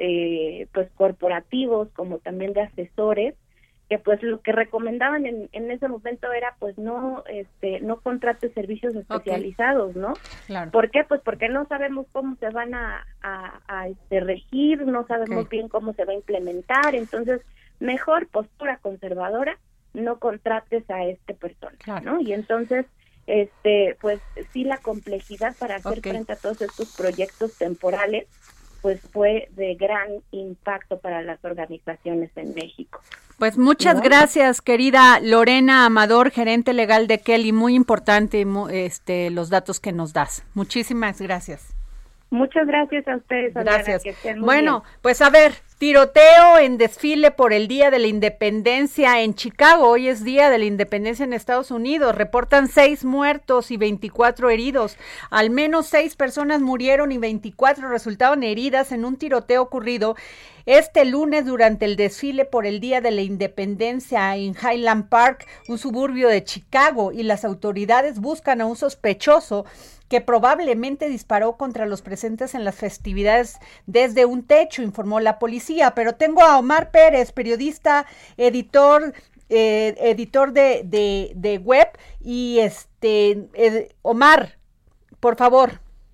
eh, pues corporativos como también de asesores, que pues lo que recomendaban en, en ese momento era pues no este no contrate servicios especializados, okay. ¿no? Claro. ¿Por qué? Pues porque no sabemos cómo se van a, a, a este regir, no sabemos okay. bien cómo se va a implementar, entonces mejor postura conservadora, no contrates a este personal, claro. ¿no? Y entonces este pues sí la complejidad para hacer okay. frente a todos estos proyectos temporales pues fue de gran impacto para las organizaciones en México. Pues muchas ¿no? gracias, querida Lorena Amador, gerente legal de Kelly. Muy importante este, los datos que nos das. Muchísimas gracias. Muchas gracias a ustedes. Gracias. Que estén muy bueno, bien. Pues a ver, tiroteo en desfile por el Día de la Independencia en Chicago. Hoy es Día de la Independencia en Estados Unidos. Reportan seis muertos y veinticuatro heridos. Al menos seis personas murieron y veinticuatro resultaron heridas en un tiroteo ocurrido este lunes durante el desfile por el Día de la Independencia en Highland Park, un suburbio de Chicago, y las autoridades buscan a un sospechoso que probablemente disparó contra los presentes en las festividades desde un techo, informó la policía. Pero tengo a Omar Pérez, periodista, editor, eh, editor de, de, de web, y este, eh, Omar, por favor.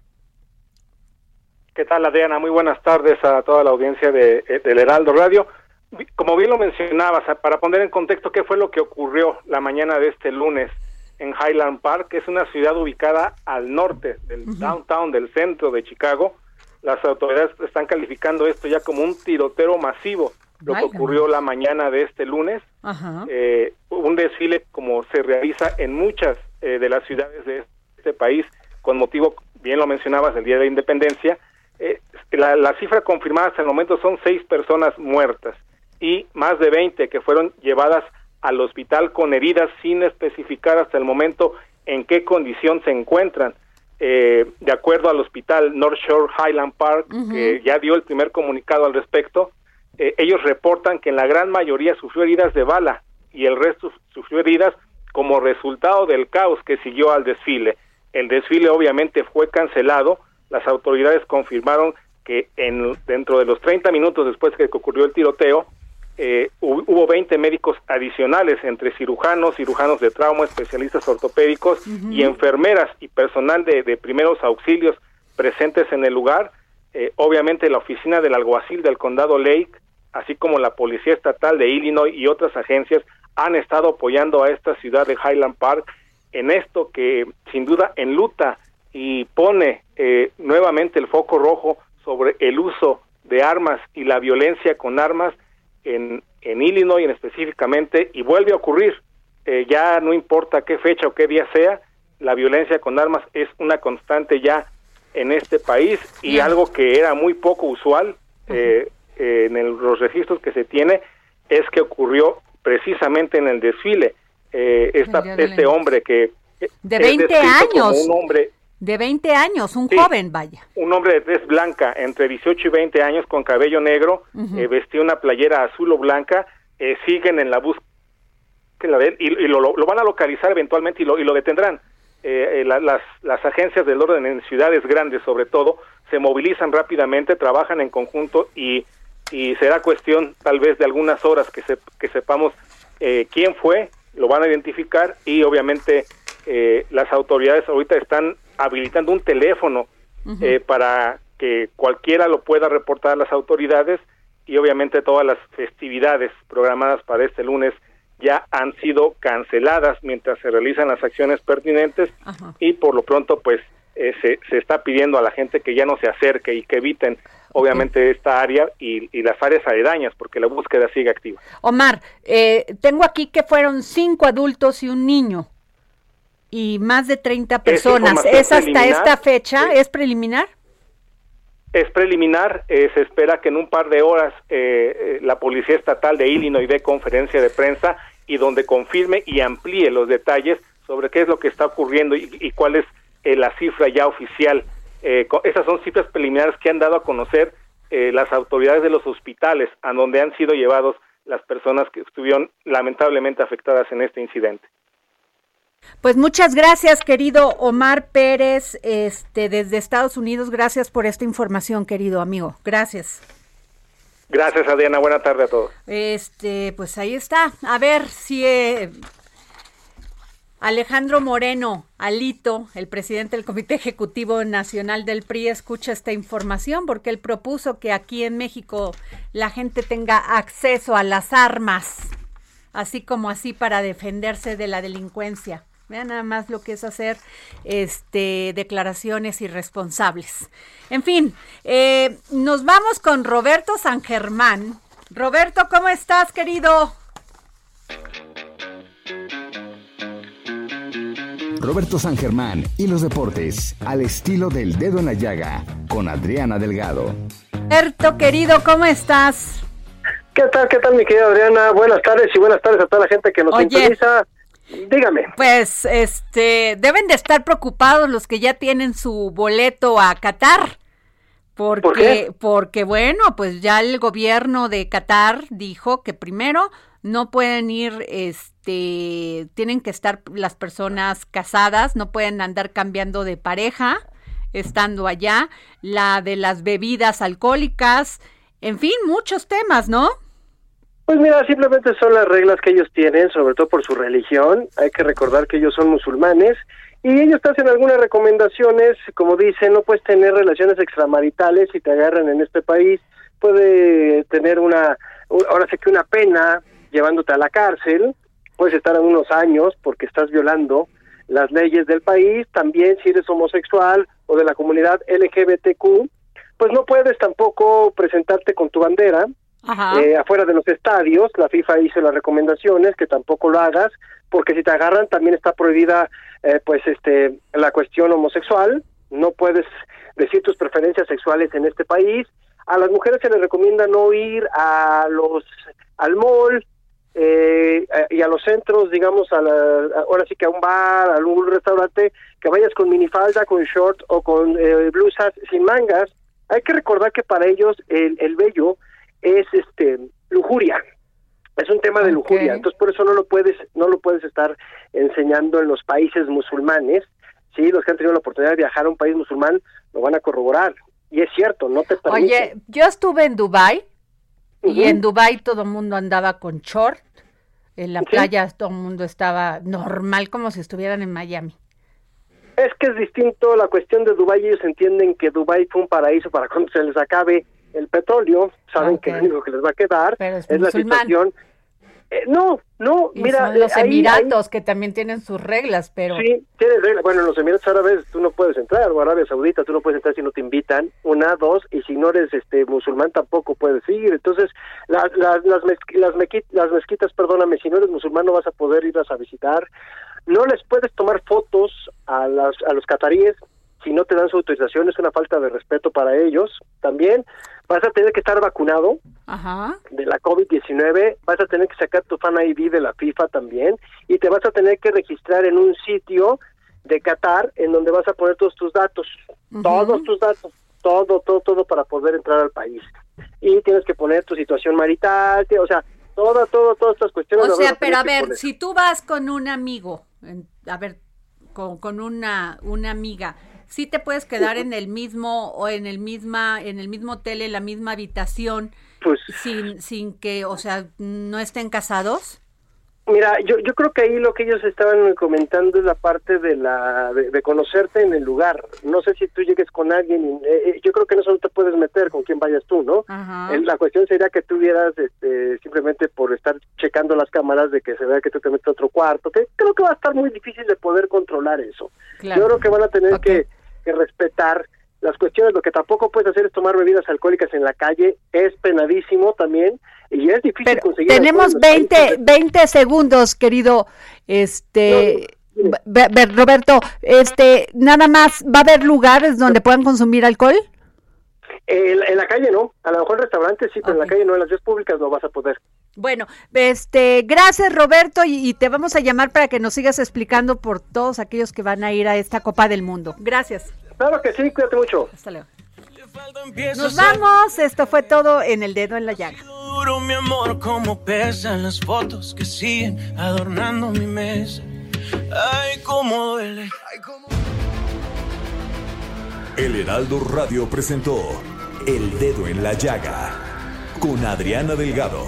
¿Qué tal, Adriana? Muy buenas tardes a toda la audiencia de, de del Heraldo Radio. Como bien lo mencionabas, para poner en contexto qué fue lo que ocurrió la mañana de este lunes en Highland Park, que es una ciudad ubicada al norte del uh-huh. downtown, del centro de Chicago. Las autoridades están calificando esto ya como un tiroteo masivo, lo Ay, que ocurrió no. la mañana de este lunes. Uh-huh. Eh, un desfile como se realiza en muchas eh, de las ciudades de este país, con motivo, bien lo mencionabas, del Día de la Independencia. Eh, la, la cifra confirmada hasta el momento son seis personas muertas y más de veinte que fueron llevadas al hospital con heridas, sin especificar hasta el momento en qué condición se encuentran. Eh, de acuerdo al hospital North Shore Highland Park, uh-huh. que ya dio el primer comunicado al respecto, eh, ellos reportan que en la gran mayoría sufrió heridas de bala y el resto sufrió heridas como resultado del caos que siguió al desfile. El desfile obviamente fue cancelado. Las autoridades confirmaron que en dentro de los treinta minutos después que ocurrió el tiroteo, eh, hubo veinte médicos adicionales, entre cirujanos, cirujanos de trauma, especialistas ortopédicos uh-huh. y enfermeras y personal de, de primeros auxilios presentes en el lugar. Eh, obviamente la oficina del alguacil del condado Lake, así como la policía estatal de Illinois y otras agencias han estado apoyando a esta ciudad de Highland Park en esto que sin duda enluta y pone eh, nuevamente el foco rojo sobre el uso de armas y la violencia con armas en, en Illinois en específicamente, y vuelve a ocurrir. Eh, ya no importa qué fecha o qué día sea, la violencia con armas es una constante ya en este país y yeah. algo que era muy poco usual eh, uh-huh. eh, en el, los registros que se tiene es que ocurrió precisamente en el desfile. Eh, esta, este hombre que de veinte años, un hombre de veinte años, un sí, joven, vaya. Un hombre de tez blanca, entre dieciocho y veinte años, con cabello negro, uh-huh. eh, vestía una playera azul o blanca, eh, siguen en la búsqueda de él y, y lo, lo, lo van a localizar eventualmente y lo, y lo detendrán. Eh, eh, la, las, las agencias del orden en ciudades grandes, sobre todo, se movilizan rápidamente, trabajan en conjunto y, y será cuestión tal vez de algunas horas que, se, que sepamos eh, quién fue, lo van a identificar y obviamente eh, las autoridades ahorita están habilitando un teléfono uh-huh. eh, para que cualquiera lo pueda reportar a las autoridades y obviamente todas las festividades programadas para este lunes ya han sido canceladas mientras se realizan las acciones pertinentes uh-huh. y por lo pronto pues eh, se, se está pidiendo a la gente que ya no se acerque y que eviten obviamente okay. esta área y, y las áreas aledañas porque la búsqueda sigue activa. Omar, eh, tengo aquí que fueron cinco adultos y un niño y más de treinta personas. ¿Es hasta esta fecha? Sí. ¿Es preliminar? Es preliminar, eh, se espera que en un par de horas eh, eh, la Policía Estatal de Illinois dé conferencia de prensa y donde confirme y amplíe los detalles sobre qué es lo que está ocurriendo y, y cuál es eh, la cifra ya oficial. Eh, esas son cifras preliminares que han dado a conocer eh, las autoridades de los hospitales a donde han sido llevados las personas que estuvieron lamentablemente afectadas en este incidente. Pues muchas gracias, querido Omar Pérez, este, desde Estados Unidos. Gracias por esta información, querido amigo. Gracias. Gracias, Adriana. Buena tarde a todos. Este, pues ahí está. A ver si eh, Alejandro Moreno, Alito, el presidente del Comité Ejecutivo Nacional del P R I, escucha esta información, porque él propuso que aquí en México la gente tenga acceso a las armas, así como así para defenderse de la delincuencia. Vean nada más lo que es hacer este declaraciones irresponsables. En fin, eh, nos vamos con Roberto San Germán. Roberto, ¿cómo estás, querido? Roberto San Germán y los deportes, al estilo del dedo en la llaga, con Adriana Delgado. Roberto, querido, ¿cómo estás? ¿Qué tal, qué tal, mi querida Adriana? Buenas tardes y buenas tardes a toda la gente que nos Oye, sintoniza. Dígame. Pues, este, deben de estar preocupados los que ya tienen su boleto a Qatar, porque, ¿Por qué? porque bueno, pues ya el gobierno de Qatar dijo que primero no pueden ir, este, tienen que estar las personas casadas, no pueden andar cambiando de pareja estando allá, la de las bebidas alcohólicas, en fin, muchos temas, ¿no? Pues mira, simplemente son las reglas que ellos tienen, sobre todo por su religión. Hay que recordar que ellos son musulmanes y ellos te hacen algunas recomendaciones, como dicen, no puedes tener relaciones extramaritales si te agarran en este país, puede tener una, ahora sé que una pena llevándote a la cárcel, puedes estar a unos años porque estás violando las leyes del país. También si eres homosexual o de la comunidad L G B T Q, pues no puedes tampoco presentarte con tu bandera eh, afuera de los estadios. La FIFA hizo las recomendaciones que tampoco lo hagas, porque si te agarran también está prohibida eh, pues este la cuestión homosexual. No puedes decir tus preferencias sexuales en este país. A las mujeres se les recomienda no ir a los al mall eh, y a los centros, digamos, a la, ahora sí que a un bar, a algún restaurante, que vayas con minifalda, con short o con eh, blusas sin mangas. Hay que recordar que para ellos el, el vello es este lujuria, es un tema de lujuria, okay. Entonces por eso no lo puedes no lo puedes estar enseñando en los países musulmanes. Sí, los que han tenido la oportunidad de viajar a un país musulmán lo van a corroborar, y es cierto, no te permiten. Oye, yo estuve en Dubái, uh-huh. y en Dubái todo el mundo andaba con short, en la ¿Sí? playa todo el mundo estaba normal, como si estuvieran en Miami. Es que es distinto la cuestión de Dubái. Ellos entienden que Dubái fue un paraíso para cuando se les acabe el petróleo, saben okay. que lo único que les va a quedar Pero es, es la situación. Eh, no, no, y mira, son los ahí, Emiratos ahí, que también tienen sus reglas, pero sí, tienen reglas. Bueno, en los Emiratos Árabes tú no puedes entrar, o Arabia Saudita tú no puedes entrar si no te invitan, una, dos, y si no eres este musulmán tampoco puedes ir. Entonces, la, la, las, mezqu- las, mequi- las mezquitas, perdóname, si no eres musulmán no vas a poder irlas a visitar. No les puedes tomar fotos a, las, a los cataríes si no te dan su autorización, es una falta de respeto para ellos. También vas a tener que estar vacunado Ajá. de la COVID diecinueve, vas a tener que sacar tu Fan I D de la FIFA también, y te vas a tener que registrar en un sitio de Qatar en donde vas a poner todos tus datos, uh-huh. todos tus datos, todo, todo, todo para poder entrar al país. Y tienes que poner tu situación marital, o sea, todo, todo, todas estas cuestiones. O sea, pero a ver, poner. Si tú vas con un amigo, a ver, con, con una, una amiga, ¿sí te puedes quedar en el mismo o en el misma en el mismo hotel, en la misma habitación, pues, sin sin que, o sea, no estén casados? Mira, yo yo creo que ahí lo que ellos estaban comentando es la parte de la de, de conocerte en el lugar. No sé si tú llegues con alguien, eh, yo creo que en eso no te puedes meter con quién vayas tú, ¿no? Ajá. La cuestión sería que tú vieras este, simplemente por estar checando las cámaras de que se vea que tú te metes a otro cuarto, que creo que va a estar muy difícil de poder controlar eso. Claro. Yo creo que van a tener okay. que, que respetar las cuestiones. Lo que tampoco puedes hacer es tomar bebidas alcohólicas en la calle, es penadísimo también, y es difícil Pero conseguir. Tenemos veinte, veinte segundos, querido este no, no, Roberto, este nada más, ¿va a haber lugares donde puedan consumir alcohol? En, en la calle no, a lo mejor en restaurantes sí, pero okay. en la calle no, en las vías públicas no vas a poder. Bueno, este, gracias Roberto, y, y te vamos a llamar para que nos sigas explicando por todos aquellos que van a ir a esta Copa del Mundo. Gracias. Claro que sí, cuídate mucho. Hasta luego. Nos vamos, esto fue todo en El Dedo en la Llaga. Juro, mi amor, cómo pesan las fotos que siguen adornando mi mesa. Ay, cómo duele. El Heraldo Radio presentó El Dedo en la Llaga con Adriana Delgado.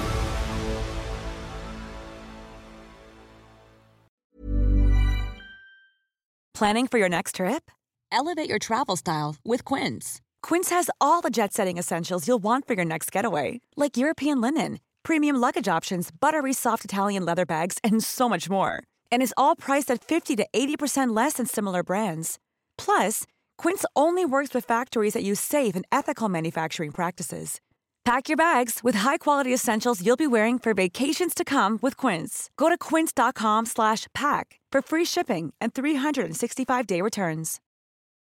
Planning for your next trip? Elevate your travel style with Quince. Quince has all the jet-setting essentials you'll want for your next getaway, like European linen, premium luggage options, buttery soft Italian leather bags, and so much more. And is all priced at fifty to eighty percent less than similar brands. Plus, Quince only works with factories that use safe and ethical manufacturing practices. Pack your bags with high-quality essentials you'll be wearing for vacations to come with Quince. Go to quince.com slash pack for free shipping and three sixty-five day returns.